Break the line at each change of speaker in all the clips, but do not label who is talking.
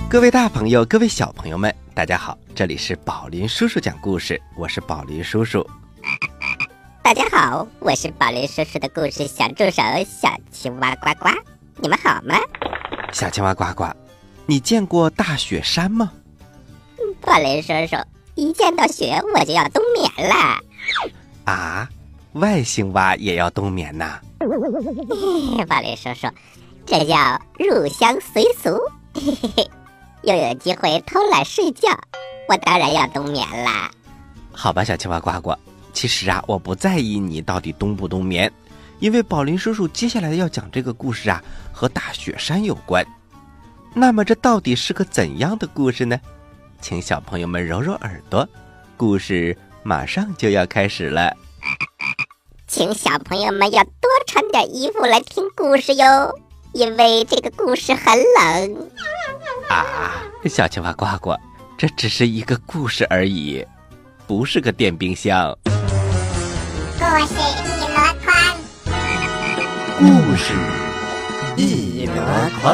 各位大朋友，各位小朋友们，大家好，这里是宝林叔叔讲故事，我是宝林叔叔。
大家好，我是宝林叔叔的故事小助手小青蛙呱呱，你们好吗？
小青蛙呱呱，你见过大雪山吗？
宝林叔叔，一见到雪我就要冬眠了。
啊，外星蛙也要冬眠呐？
宝林叔叔，这叫入乡随俗，嘿嘿嘿，又有机会偷懒睡觉，我当然要冬眠啦。
好吧，小青蛙呱呱，其实啊，我不在意你到底冬不冬眠，因为宝林叔叔接下来要讲这个故事啊，和大雪山有关。那么这到底是个怎样的故事呢？请小朋友们揉揉耳朵，故事马上就要开始了。
请小朋友们要多穿点衣服来听故事哟，因为这个故事很冷。
啊，小青蛙呱呱，这只是一个故事而已，不是个电冰箱。
故事一箩筐，
故事一箩筐。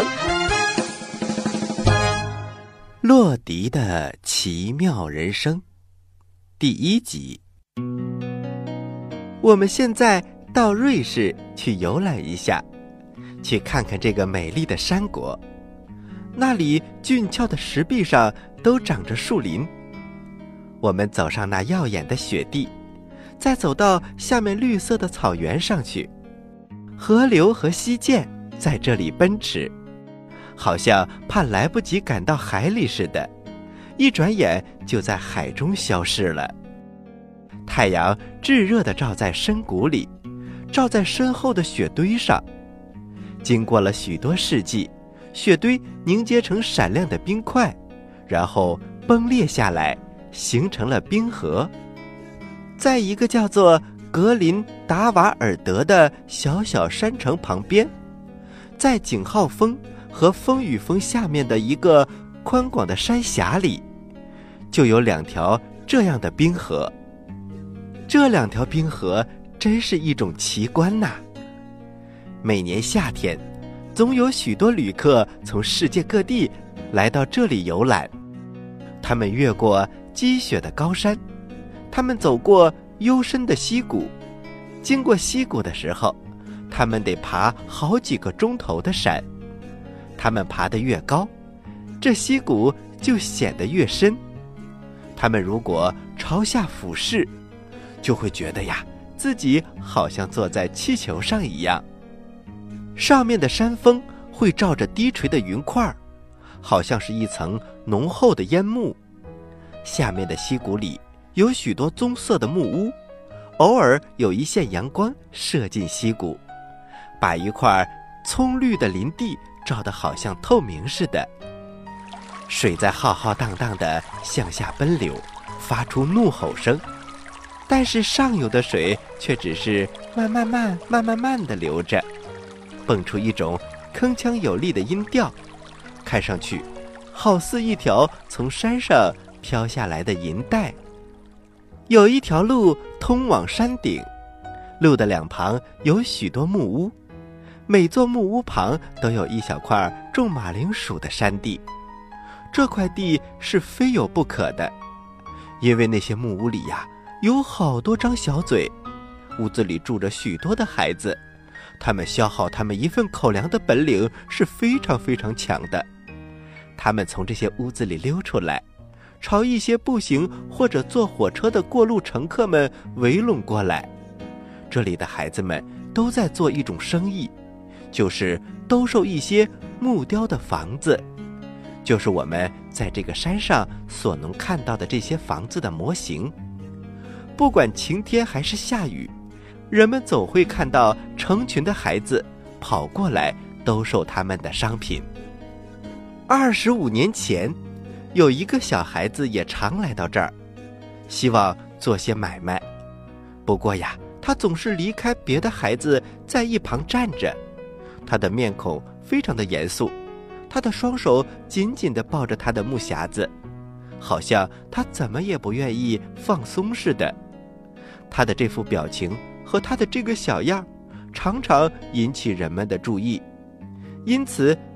洛迪的奇妙人生第1集。我们现在到瑞士去游览一下，去看看这个美丽的山国。那里俊俏的石壁上都长着树林。我们走上那耀眼的雪地，再走到下面绿色的草原上去。河流和溪涧在这里奔驰，好像怕来不及赶到海里似的，一转眼就在海中消失了。太阳炙热地照在深谷里，照在身后的雪堆上。经过了许多世纪，雪堆凝结成闪亮的冰块，然后崩裂下来，形成了冰河。在一个叫做格林达瓦尔德的小小山城旁边，在井号峰和风雨峰下面的一个宽广的山峡里，就有2条这样的冰河。这2条冰河真是一种奇观呐！每年夏天，总有许多旅客从世界各地来到这里游览。他们越过积雪的高山，他们走过幽深的溪谷，经过溪谷的时候，他们得爬好几个钟头的山。他们爬得越高，这溪谷就显得越深。他们如果朝下俯视，就会觉得呀，自己好像坐在气球上一样。上面的山峰会罩着低垂的云块，好像是一层浓厚的烟幕。下面的溪谷里有许多棕色的木屋，偶尔有一线阳光射进溪谷，把一块葱绿的林地照得好像透明似的。水在浩浩荡荡地向下奔流，发出怒吼声，但是上游的水却只是慢慢地流着，蹦出一种铿锵有力的音调，看上去好似一条从山上飘下来的银带。有一条路通往山顶，路的2旁有许多木屋，每座木屋旁都有一小块种马铃薯的山地。这块地是非有不可的，因为那些木屋里呀，有好多张小嘴，屋子里住着许多的孩子，他们消耗他们一份口粮的本领是非常非常强的。他们从这些屋子里溜出来，朝一些步行或者坐火车的过路乘客们围拢过来。这里的孩子们都在做一种生意，就是兜售一些木雕的房子，就是我们在这个山上所能看到的这些房子的模型。不管晴天还是下雨，人们总会看到成群的孩子跑过来兜售他们的商品。25年前，有一个小孩子也常来到这儿，希望做些买卖。不过呀，他总是离开别的孩子，在一旁站着。他的面孔非常的严肃，他的双手紧紧地抱着他的木匣子，好像他怎么也不愿意放松似的。他的这副表情和他的这个小样，常常引起人们的注意，因此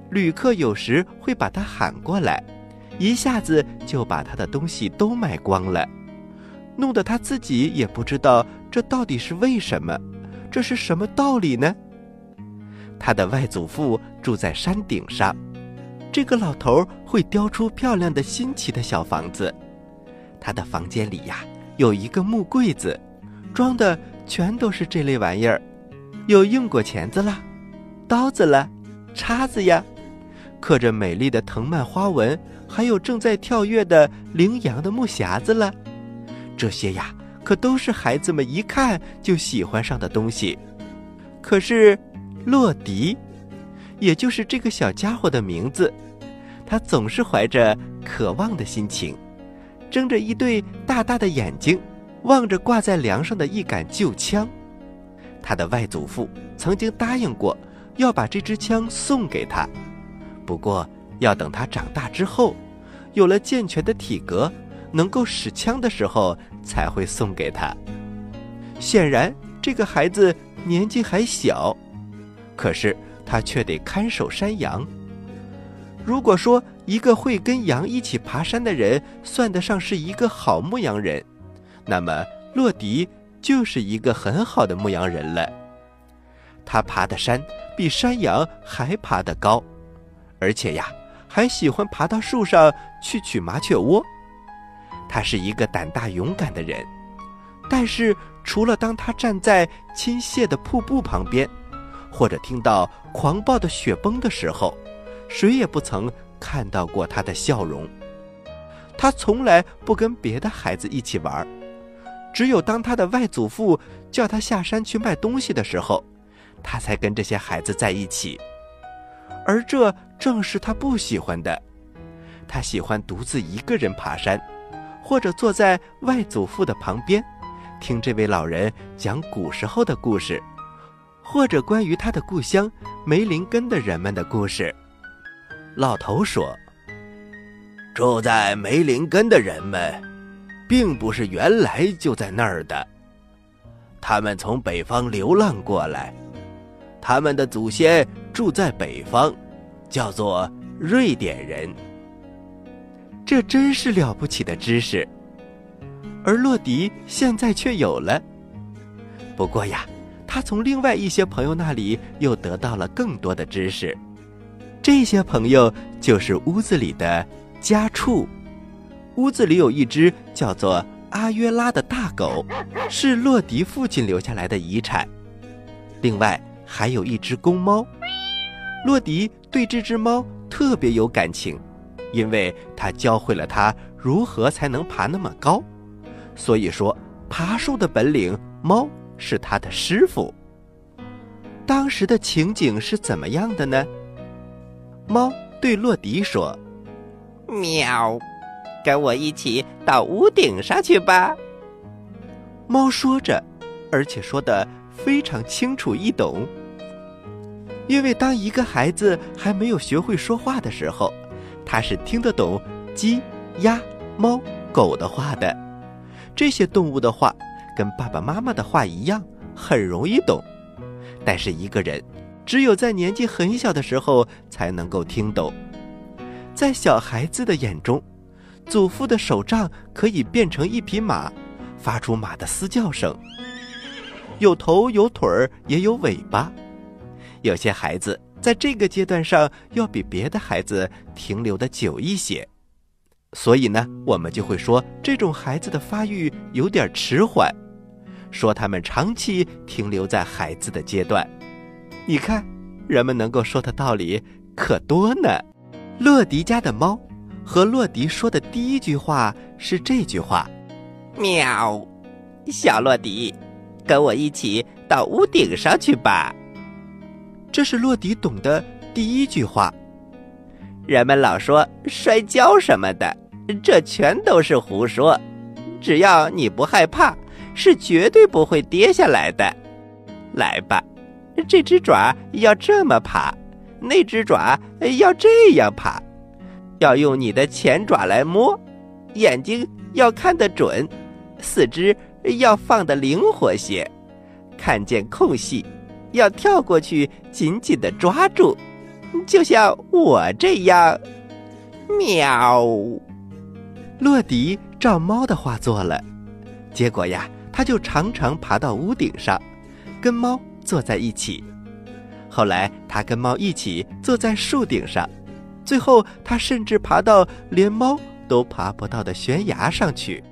旅客有时会把他喊过来，一下子就把他的东西都买光了，弄得他自己也不知道这到底是为什么，这是什么道理呢？他的外祖父住在山顶上，这个老头会雕出漂亮的新奇的小房子。他的房间里呀，有一个木柜子，装的全都是这类玩意儿，有硬果钳子啦，刀子啦，叉子呀，刻着美丽的藤蔓花纹，还有正在跳跃的羚羊的木匣子了。这些呀，可都是孩子们一看就喜欢上的东西。可是洛迪，也就是这个小家伙的名字，他总是怀着渴望的心情，睁着一对大大的眼睛，望着挂在梁上的一杆旧枪。他的外祖父曾经答应过要把这支枪送给他，不过要等他长大之后，有了健全的体格，能够使枪的时候才会送给他。显然这个孩子年纪还小，可是他却得看守山羊。如果说一个会跟羊一起爬山的人算得上是一个好牧羊人，那么洛迪就是一个很好的牧羊人了。他爬的山比山羊还爬得高，而且呀，还喜欢爬到树上去取麻雀窝。他是一个胆大勇敢的人，但是除了当他站在倾泻的瀑布旁边，或者听到狂暴的雪崩的时候，谁也不曾看到过他的笑容。他从来不跟别的孩子一起玩，只有当他的外祖父叫他下山去卖东西的时候，他才跟这些孩子在一起。而这正是他不喜欢的。他喜欢独自一个人爬山，或者坐在外祖父的旁边，听这位老人讲古时候的故事，或者关于他的故乡梅林根的人们的故事。老头说，住在梅林根的人们并不是原来就在那儿的，他们从北方流浪过来，他们的祖先住在北方，叫做瑞典人。这真是了不起的知识，而洛迪现在却有了。不过呀，他从另外一些朋友那里又得到了更多的知识。这些朋友就是屋子里的家畜。屋子里有一只叫做阿约拉的大狗，是洛迪父亲留下来的遗产。另外还有一只公猫，洛迪对这只猫特别有感情，因为他教会了他如何才能爬那么高。所以说，爬树的本领，猫是他的师傅。当时的情景是怎么样的呢？猫对洛迪说，
喵，跟我一起到屋顶上去吧。
猫说着，而且说得非常清楚易懂。因为当一个孩子还没有学会说话的时候，他是听得懂鸡、鸭、猫、狗的话的。这些动物的话跟爸爸妈妈的话一样，很容易懂。但是一个人只有在年纪很小的时候才能够听懂。在小孩子的眼中，祖父的手杖可以变成一匹马，发出马的嘶叫声，有头有腿儿也有尾巴。有些孩子在这个阶段上要比别的孩子停留的久一些，所以呢，我们就会说这种孩子的发育有点迟缓，说他们长期停留在孩子的阶段。你看，人们能够说的道理可多呢。洛迪家的猫和洛迪说的第一句话是这句话，
喵，小洛迪，跟我一起到屋顶上去吧。
这是洛迪懂的第一句话。
人们老说摔跤什么的，这全都是胡说，只要你不害怕，是绝对不会跌下来的。来吧，这只爪要这么爬，那只爪要这样爬，要用你的前爪来摸，眼睛要看得准，四肢要放得灵活些，看见空隙要跳过去紧紧地抓住， 就像我这样。喵！
洛迪照猫的话做了，结果呀，他就常常爬到屋顶上，跟猫坐在一起。后来他跟猫一起坐在树顶上，最后他甚至爬到连猫都爬不到的悬崖上去。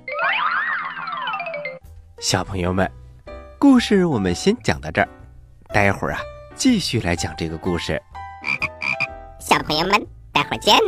小朋友们，故事我们先讲到这儿，待会儿啊，继续来讲这个故事。
小朋友们，待会儿见。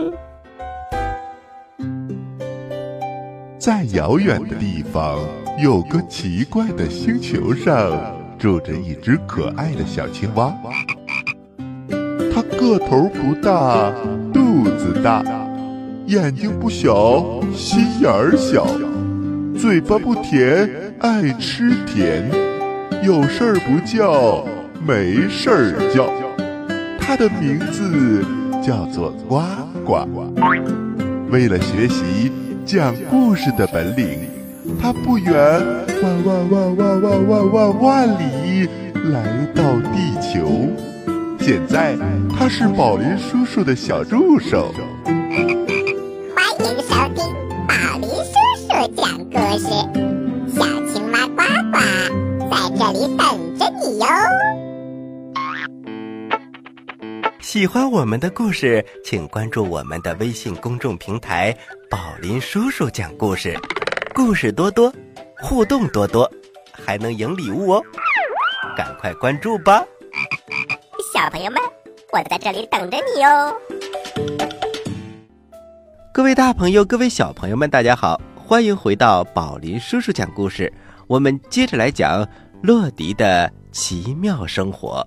在遥远的地方，有个奇怪的星球上，住着一只可爱的小青蛙。它个头不大，肚子大，眼睛不小，心眼儿小，嘴巴不甜，爱吃甜，有事儿不叫，没事儿叫。它的名字叫做呱呱。为了学习讲故事的本领，他不远万里来到地球。现在他是宝林叔叔的小助手。
欢迎收听宝林叔叔讲故事，小青蛙呱呱在这里等着你哟。
喜欢我们的故事，请关注我们的微信公众平台宝林叔叔讲故事，故事多多，互动多多，还能赢礼物哦，赶快关注吧。
小朋友们，我在这里等着你哦。
各位大朋友，各位小朋友们，大家好，欢迎回到宝林叔叔讲故事。我们接着来讲洛迪的奇妙生活。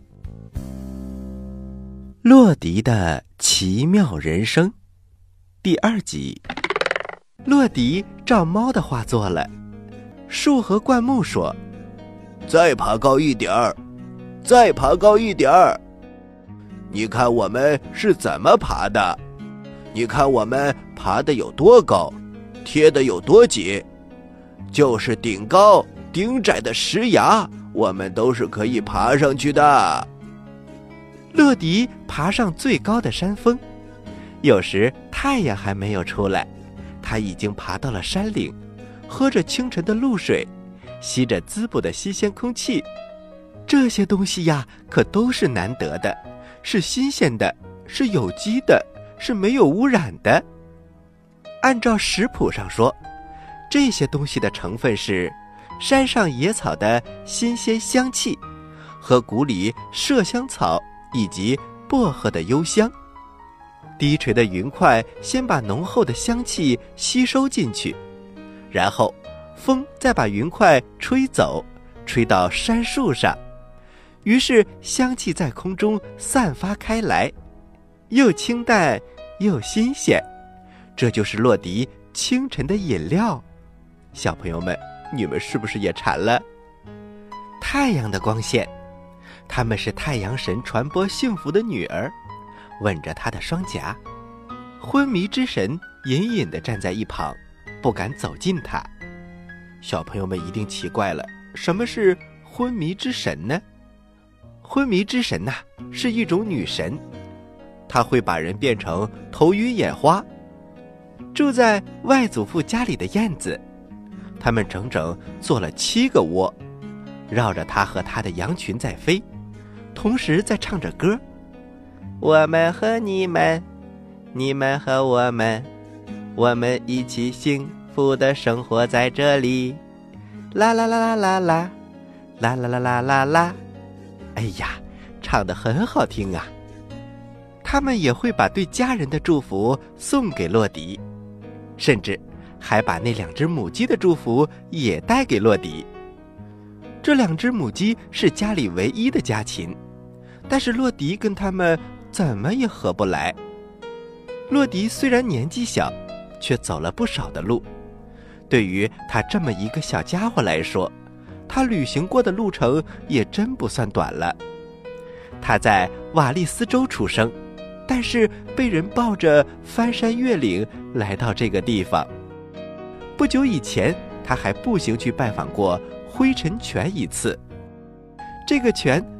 洛迪的奇妙人生第2集。洛迪照猫的话做了。树和灌木说：
再爬高一点儿，再爬高一点儿。你看我们是怎么爬的？你看我们爬得有多高，贴得有多紧，就是顶高顶窄的石崖，我们都是可以爬上去的。
洛迪爬上最高的山峰，有时太阳还没有出来，他已经爬到了山岭，喝着清晨的露水，吸着滋补的新鲜空气。这些东西呀，可都是难得的，是新鲜的，是有机的，是没有污染的。按照食谱上说，这些东西的成分是山上野草的新鲜香气和谷里麝香草以及薄荷的幽香。低垂的云块先把浓厚的香气吸收进去，然后风再把云块吹走，吹到杉树上，于是香气在空中散发开来，又清淡又新鲜。这就是洛迪清晨的饮料。小朋友们，你们是不是也馋了？太阳的光线，他们是太阳神传播幸福的女儿，吻着他的双颊。昏迷之神隐隐地站在一旁，不敢走近他。小朋友们一定奇怪了，什么是昏迷之神呢？昏迷之神呐，是一种女神，她会把人变成头晕眼花。住在外祖父家里的燕子，他们整整做了7个窝，绕着他和他的羊群在飞，同时在唱着歌。我们和你们，你们和我们，我们一起幸福的生活在这里。啦啦啦啦啦啦，啦啦啦啦啦啦。哎呀，唱得很好听啊。他们也会把对家人的祝福送给洛迪，甚至还把那2只母鸡的祝福也带给洛迪。这2只母鸡是家里唯一的家禽，但是洛迪跟他们怎么也合不来。洛迪虽然年纪小，却走了不少的路。对于他这么一个小家伙来说，他旅行过的路程也真不算短了。他在瓦利斯州出生，但是被人抱着翻山越岭来到这个地方。不久以前，他还步行去拜访过灰尘泉一次。这个泉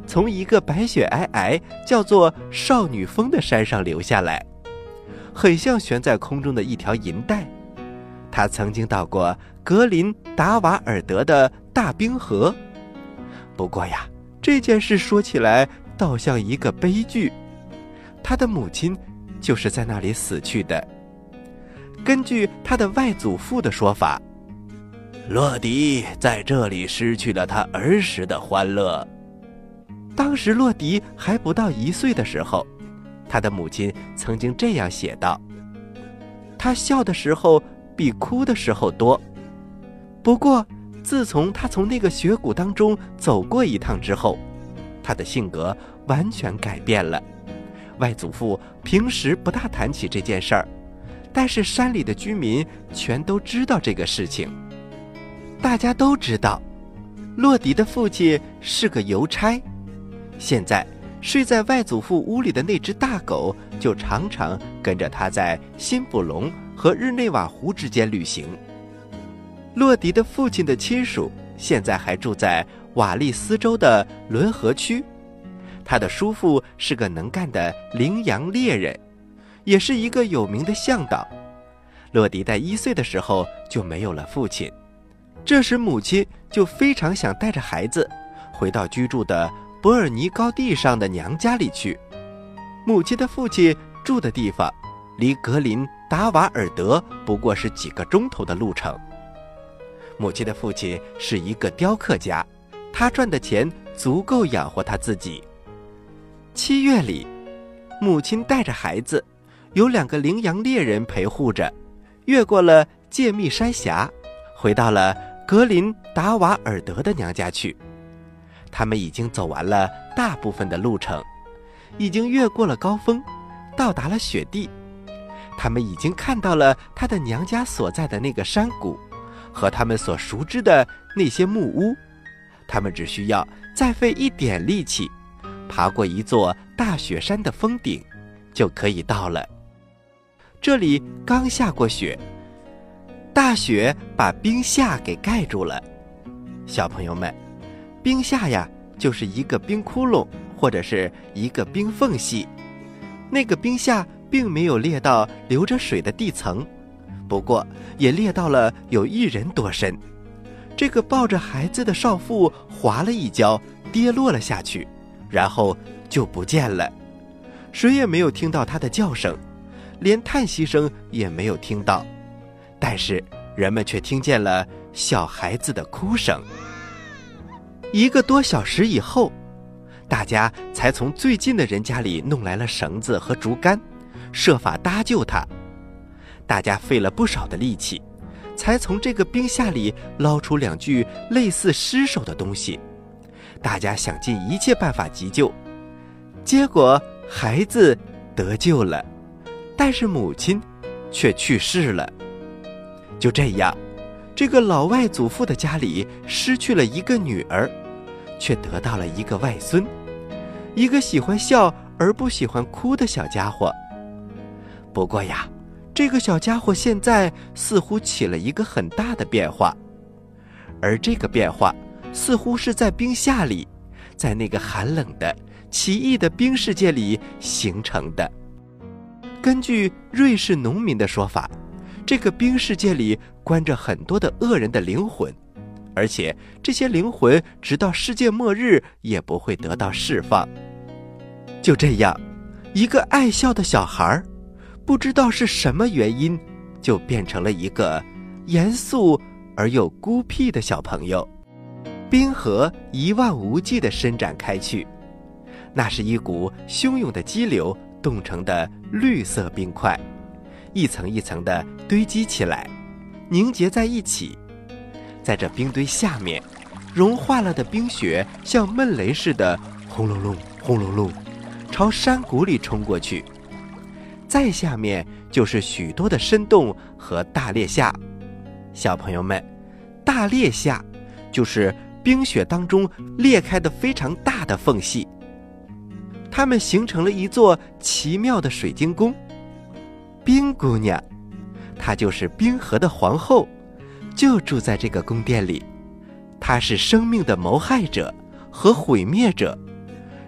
从一个白雪皑皑叫做少女峰的山上流下来，很像悬在空中的一条银带。他曾经到过格林达瓦尔德的大冰河。不过呀，这件事说起来倒像一个悲剧，他的母亲就是在那里死去的。根据他的外祖父的说法，洛迪在这里失去了他儿时的欢乐。当时洛迪还不到1岁的时候，他的母亲曾经这样写道：他笑的时候比哭的时候多。不过自从他从那个雪谷当中走过一趟之后，他的性格完全改变了。外祖父平时不大谈起这件事儿，但是山里的居民全都知道这个事情。大家都知道，洛迪的父亲是个邮差。现在睡在外祖父屋里的那只大狗，就常常跟着他在辛普隆和日内瓦湖之间旅行。洛迪的父亲的亲属现在还住在瓦利斯州的伦河区，他的叔父是个能干的羚羊猎人，也是一个有名的向导。洛迪在1岁的时候就没有了父亲，这时母亲就非常想带着孩子回到居住的伯尔尼高地上的娘家里去。母亲的父亲住的地方离格林达瓦尔德不过是几个钟头的路程。母亲的父亲是一个雕刻家，他赚的钱足够养活他自己。7月里，母亲带着孩子，有2个羚羊猎人陪护着，越过了介密山峡，回到了格林达瓦尔德的娘家去。他们已经走完了大部分的路程，已经越过了高峰，到达了雪地。他们已经看到了他的娘家所在的那个山谷和他们所熟知的那些木屋。他们只需要再费一点力气，爬过一座大雪山的峰顶，就可以到了。这里刚下过雪，大雪把冰下给盖住了。小朋友们，冰下呀，就是一个冰窟窿或者是一个冰缝隙。那个冰下并没有裂到流着水的地层，不过也裂到了有1人多深。这个抱着孩子的少妇滑了一跤，跌落了下去，然后就不见了。谁也没有听到她的叫声，连叹息声也没有听到，但是人们却听见了小孩子的哭声。1个多小时以后，大家才从最近的人家里弄来了绳子和竹竿，设法搭救他。大家费了不少的力气，才从这个冰下里捞出2具类似尸首的东西。大家想尽一切办法急救，结果孩子得救了，但是母亲却去世了。就这样，这个老外祖父的家里失去了1个女儿，却得到了1个外孙，一个喜欢笑而不喜欢哭的小家伙。不过呀，这个小家伙现在似乎起了一个很大的变化，而这个变化似乎是在冰下里，在那个寒冷的奇异的冰世界里形成的。根据瑞士农民的说法，这个冰世界里关着很多的恶人的灵魂，而且这些灵魂直到世界末日也不会得到释放。就这样，一个爱笑的小孩，不知道是什么原因，就变成了一个严肃而又孤僻的小朋友。冰河一望无际地伸展开去，那是一股汹涌的激流冻成的绿色冰块，一层一层地堆积起来，凝结在一起。在这冰堆下面，融化了的冰雪像闷雷似的轰隆隆轰隆隆朝山谷里冲过去。再下面就是许多的深洞和大裂下。小朋友们，大裂下就是冰雪当中裂开的非常大的缝隙，它们形成了一座奇妙的水晶宫。冰姑娘，她就是冰河的皇后，就住在这个宫殿里。她是生命的谋害者和毁灭者，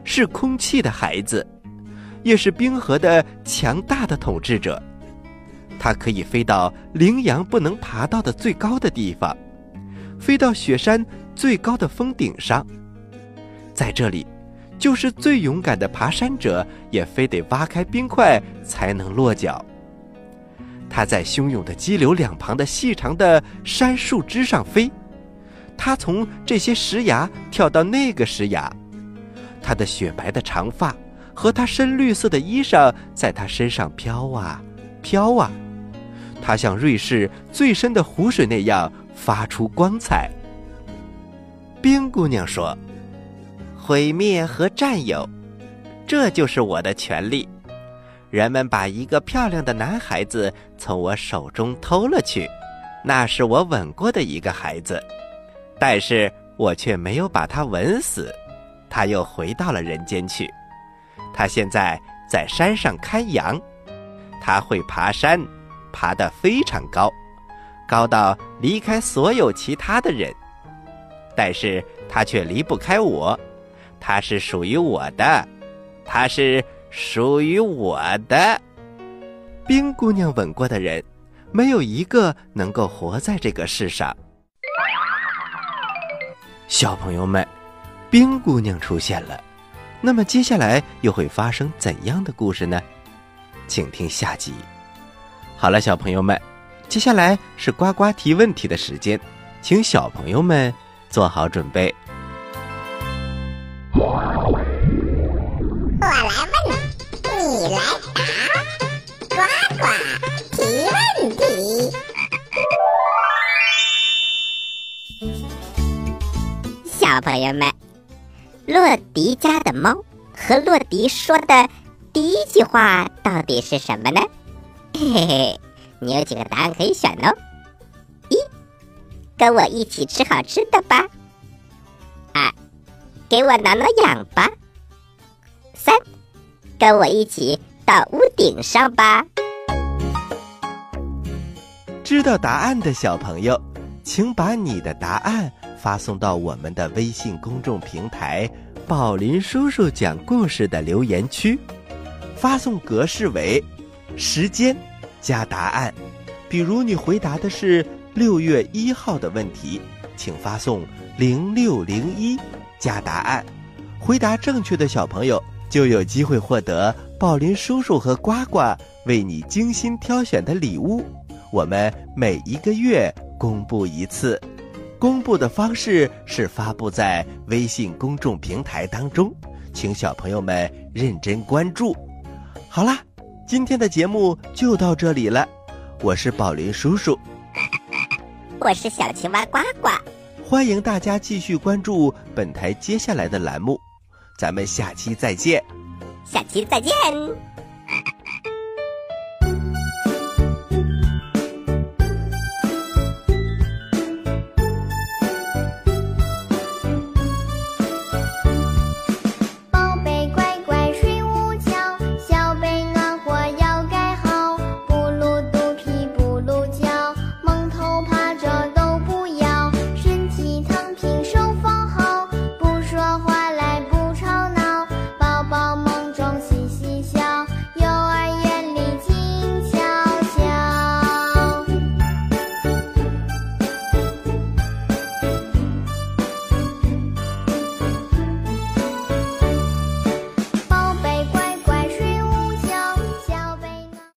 是空气的孩子，也是冰河的强大的统治者。它可以飞到羚羊不能爬到的最高的地方，飞到雪山最高的峰顶上。在这里，就是最勇敢的爬山者也非得挖开冰块才能落脚。它在汹涌的激流两旁的细长的山树枝上飞，它从这些石崖跳到那个石崖。它的雪白的长发和它深绿色的衣裳在它身上飘啊飘啊，它像瑞士最深的湖水那样发出光彩。冰姑娘说：“毁灭和占有，这就是我的权利。人们把一个漂亮的男孩子从我手中偷了去，那是我吻过的一个孩子，但是我却没有把他吻死，他又回到了人间去。他现在在山上看羊，他会爬山，爬得非常高，高到离开所有其他的人，但是他却离不开我，他是属于我的，他是属于我的。”冰姑娘吻过的人，没有一个能够活在这个世上。小朋友们，冰姑娘出现了，那么接下来又会发生怎样的故事呢？请听下集。好了，小朋友们，接下来是呱呱提问题的时间，请小朋友们做好准备。
我来问，你来答，呱呱提问题。
小朋友们，洛迪家的猫和洛迪说的第一句话到底是什么呢？嘿嘿嘿，你有几个答案可以选哦。一，跟我一起吃好吃的吧。二，给我挠挠痒吧。三，跟我一起到屋顶上吧。
知道答案的小朋友，请把你的答案发送到我们的微信公众平台宝林叔叔讲故事的留言区，发送格式为时间加答案。比如你回答的是6月1号的问题，请发送0601加答案。回答正确的小朋友就有机会获得宝林叔叔和呱呱为你精心挑选的礼物。我们每1个月公布一次，公布的方式是发布在微信公众平台当中，请小朋友们认真关注。好啦，今天的节目就到这里了，我是宝林叔叔，
我是小青蛙呱呱，
欢迎大家继续关注本台接下来的栏目，咱们下期再见。
下期再见。